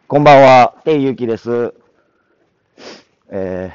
こんばんは、ゆうきです。え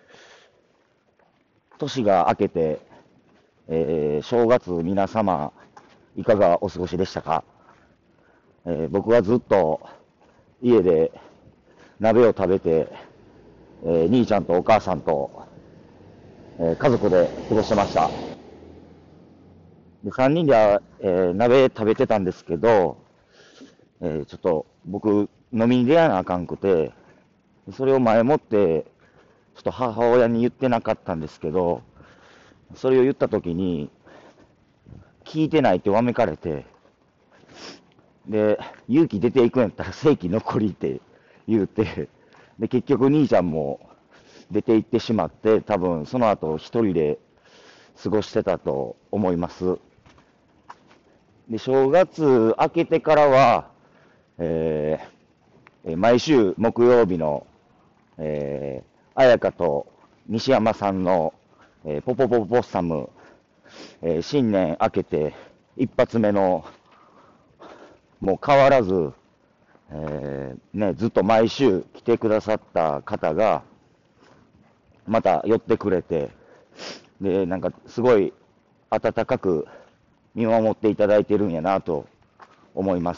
年が明けて、正月皆様、いかがお過ごしでしたか？僕はずっと家で鍋を食べて、兄ちゃんとお母さんと、家族で過ごしてました。で、3人では、鍋食べてたんですけど、ちょっと僕、飲みに出会わなあかんくて、それを前もって、ちょっと母親に言ってなかったんですけど、それを言った時に、聞いてないってわめかれて、で、勇気出ていくんやったら正規残りって言うて、で、結局兄ちゃんも出て行ってしまって、多分その後一人で過ごしてたと思います。で、正月明けてからは、え毎週木曜日の、彩香と西山さんの、ポポポポッサム、新年明けて一発目の、もう変わらず、ずっと毎週来てくださった方が、また寄ってくれて、で、なんかすごい温かく見守っていただいてるんやなと思います。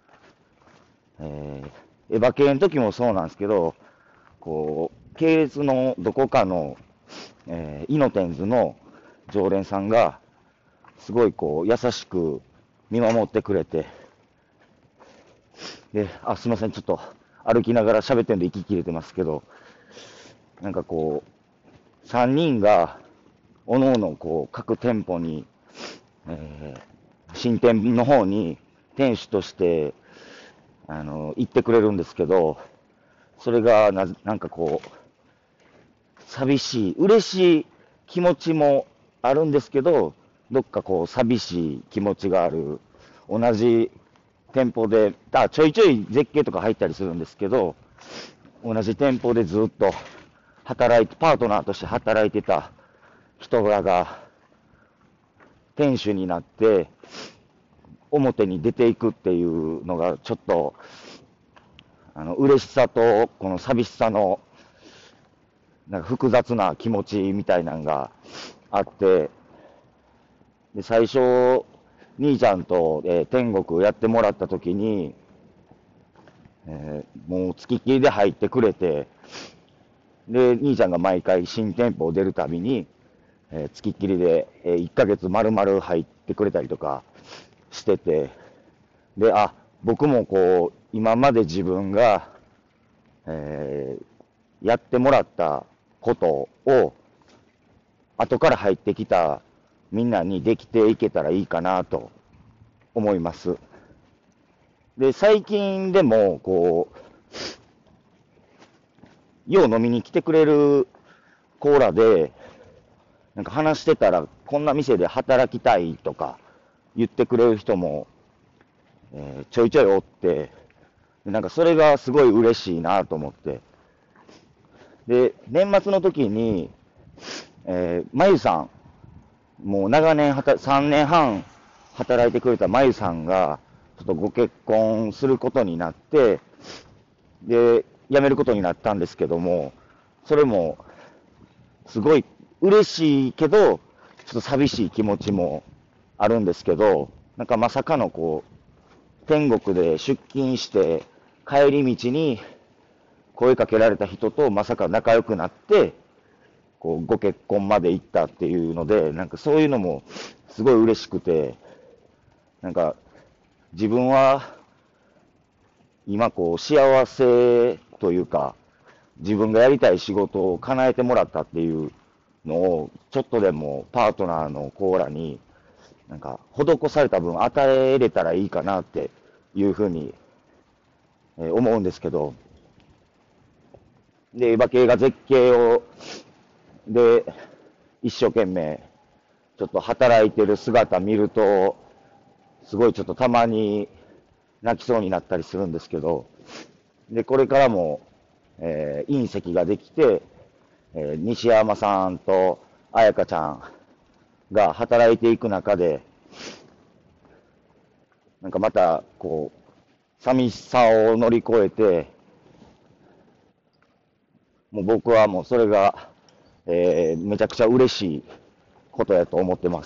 エヴァ系の時もそうなんですけど、こう、系列のどこかの、イノテンズの常連さんが、すごいこう、優しく見守ってくれて、で、すいません、ちょっと歩きながら喋ってるんで息切れてますけど、なんかこう、3人が、おのおのこう、各店舗に、え新店の方に店主として、行ってくれるんですけど、それがなんかこう、寂しい、嬉しい気持ちもあるんですけど、どっかこう、寂しい気持ちがある。同じ店舗で、ちょいちょい絶景とか入ったりするんですけど、同じ店舗でずっとパートナーとして働いてた人らが店主になって表に出ていくっていうのがちょっと嬉しさとこの寂しさのなんか複雑な気持ちみたいなのがあって、で最初兄ちゃんと、天国やってもらった時に、もう付きっきりで入ってくれて、で兄ちゃんが毎回新店舗を出るたびに、付きっきりで、1ヶ月丸々入ってくれたりとかしてて、で、僕もこう、今まで自分が、えやってもらったことを、後から入ってきたみんなにできていけたらいいかなと思います。で、最近でも、こう、よう飲みに来てくれるコーラで、なんか話してたら、こんな店で働きたいとか言ってくれる人も、ちょいちょいおって、なんかそれがすごい嬉しいなと思って。で、年末の時に、まゆさん、もう長年3年半働いてくれたまゆさんが、ちょっとご結婚することになって、で、辞めることになったんですけども、それも、すごい嬉しいけど、ちょっと寂しい気持ちもあるんですけど、なんかまさかのこう、天国で出勤して、帰り道に声かけられた人とまさか仲良くなって、こう、ご結婚まで行ったっていうので、なんかそういうのもすごい嬉しくて、なんか自分は今こう幸せというか、自分がやりたい仕事を叶えてもらったっていうのを、ちょっとでもパートナーのコーラに、なんか施された分与えれたらいいかなっていうふうに思うんですけど、で、エヴァ系が絶景を、で、一生懸命、ちょっと働いてる姿見ると、すごいちょっとたまに泣きそうになったりするんですけど、で、これからも、隕石ができて、西山さんと彩香ちゃんが働いていく中で、なんかまた、こう、 寂しさを乗り越えて、もう僕はもうそれが、めちゃくちゃ嬉しいことやと思ってます。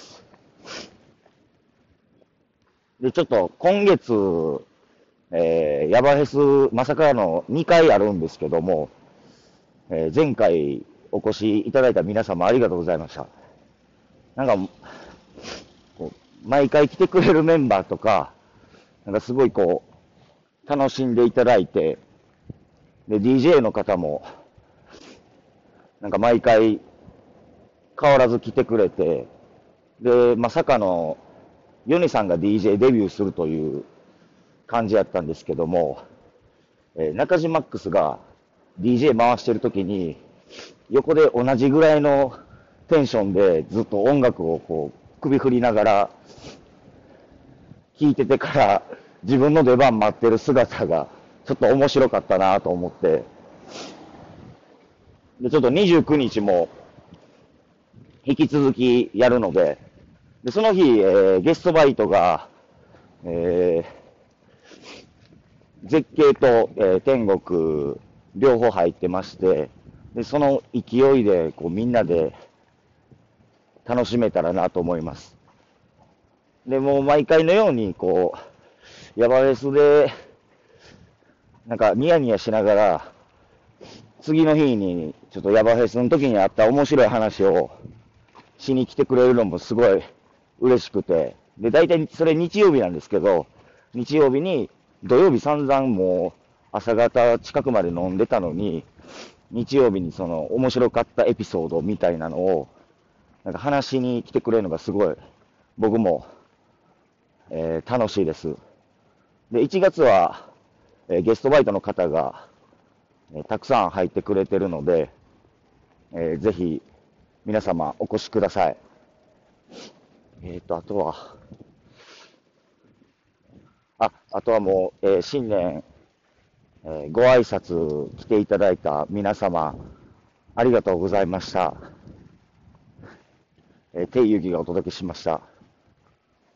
で、ちょっと今月、ヤバフェス、まさかの2回あるんですけども、前回お越しいただいた皆様ありがとうございました。なんか、こう毎回来てくれるメンバーとか、なんかすごいこう、楽しんでいただいて、で、DJ の方も、なんか毎回変わらず来てくれて、で、まさかの、ヨネさんが DJ デビューするという感じやったんですけども、中島マックスが DJ 回してる時に、横で同じぐらいのテンションでずっと音楽をこう首振りながら聴いててから自分の出番待ってる姿がちょっと面白かったなと思って、でちょっと29日も引き続きやるので、でその日、ゲストバイトが、え絶景と、天国両方入ってまして、でその勢いでこうみんなで楽しめたらなと思います。でもう毎回のようにこうヤバフェスでなんかニヤニヤしながら次の日にちょっとヤバフェスの時にあった面白い話をしに来てくれるのもすごい嬉しくて、で大体それ日曜日なんですけど、日曜日に土曜日散々もう朝方近くまで飲んでたのに、日曜日にその面白かったエピソードみたいなのをなんか話しに来てくれるのがすごい僕も、楽しいです。で1月は、ゲストバイトの方が、たくさん入ってくれてるので、ぜひ皆様お越しください。あとはあとはもう、新年、ご挨拶来ていただいた皆様ありがとうございました。定遊戯がお届けしました。